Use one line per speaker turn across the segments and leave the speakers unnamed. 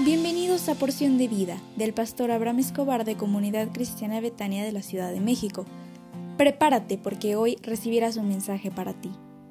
Bienvenidos a Porción de Vida, del pastor Abraham Escobar de Comunidad Cristiana Betania de la Ciudad de México. Prepárate porque hoy recibirás un mensaje para ti.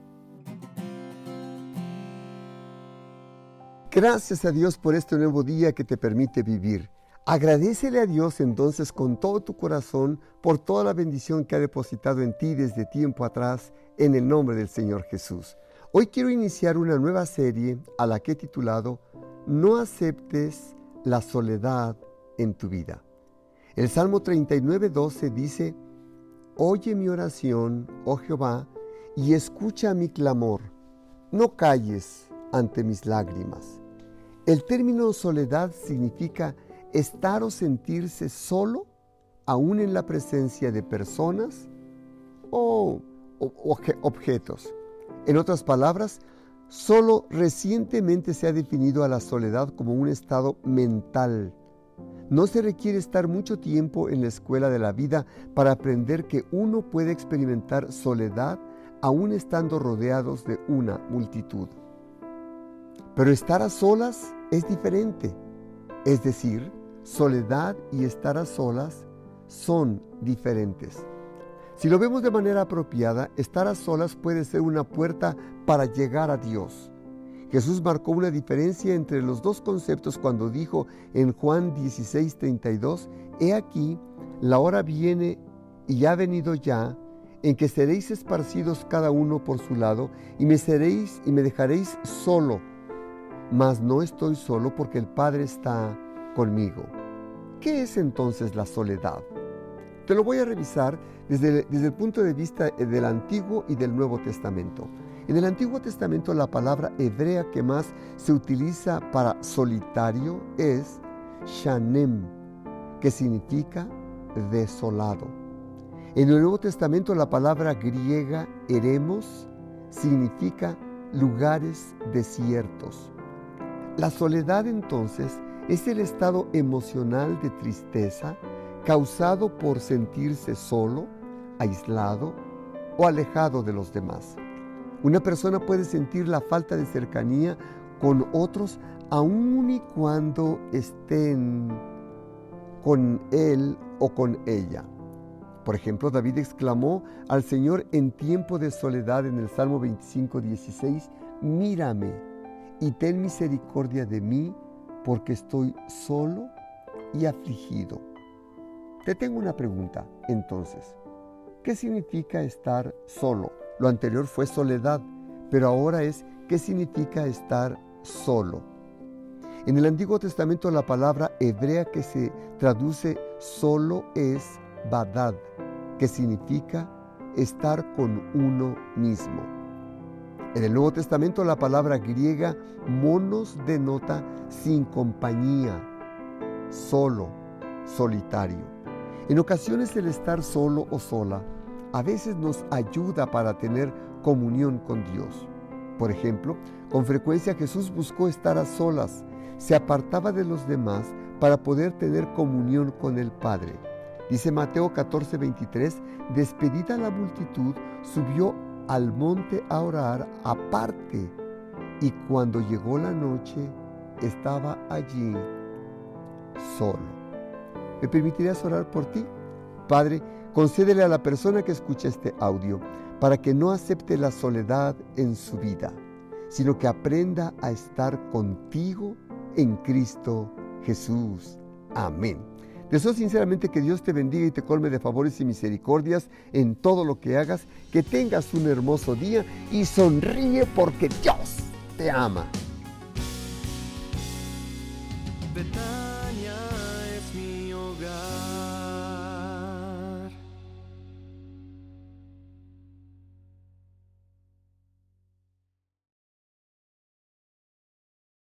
Gracias a Dios por este nuevo día que te permite vivir. Agradécele a Dios entonces con todo tu corazón por toda la bendición que ha depositado en ti desde tiempo atrás, en el nombre del Señor Jesús. Hoy quiero iniciar una nueva serie a la que he titulado No aceptes la soledad en tu vida. El Salmo 39:12 dice: Oye mi oración, oh Jehová, y escucha mi clamor. No calles ante mis lágrimas. El término soledad significa estar o sentirse solo, aún en la presencia de personas o objetos. En otras palabras, solo recientemente se ha definido a la soledad como un estado mental. No se requiere estar mucho tiempo en la escuela de la vida para aprender que uno puede experimentar soledad aún estando rodeados de una multitud. Pero estar a solas es diferente. Es decir, soledad y estar a solas son diferentes. Si lo vemos de manera apropiada, estar a solas puede ser una puerta para llegar a Dios. Jesús marcó una diferencia entre los dos conceptos cuando dijo en Juan 16:32, He aquí, la hora viene y ha venido ya, en que seréis esparcidos cada uno por su lado, y me dejaréis solo. Mas no estoy solo porque el Padre está conmigo. ¿Qué es entonces la soledad? Te lo voy a revisar desde el punto de vista del Antiguo y del Nuevo Testamento. En el Antiguo Testamento la palabra hebrea que más se utiliza para solitario es shanem, que significa desolado. En el Nuevo Testamento la palabra griega eremos significa lugares desiertos. La soledad entonces es el estado emocional de tristeza causado por sentirse solo, aislado o alejado de los demás. Una persona puede sentir la falta de cercanía con otros aun y cuando estén con él o con ella. Por ejemplo, David exclamó al Señor en tiempo de soledad en el Salmo 25:16, Mírame y ten misericordia de mí, porque estoy solo y afligido. Te tengo una pregunta, entonces. ¿Qué significa estar solo? Lo anterior fue soledad, pero ahora es ¿qué significa estar solo? En el Antiguo Testamento la palabra hebrea que se traduce solo es badad, que significa estar con uno mismo. En el Nuevo Testamento la palabra griega monos denota sin compañía, solo, solitario. En ocasiones el estar solo o sola a veces nos ayuda para tener comunión con Dios. Por ejemplo, con frecuencia Jesús buscó estar a solas, se apartaba de los demás para poder tener comunión con el Padre. Dice Mateo 14:23, despedida la multitud, subió al monte a orar aparte, y cuando llegó la noche, estaba allí solo. ¿Me permitirías orar por ti? Padre, concédele a la persona que escucha este audio para que no acepte la soledad en su vida, sino que aprenda a estar contigo en Cristo Jesús. Amén. Deseo sinceramente que Dios te bendiga y te colme de favores y misericordias en todo lo que hagas, que tengas un hermoso día y sonríe porque Dios te ama.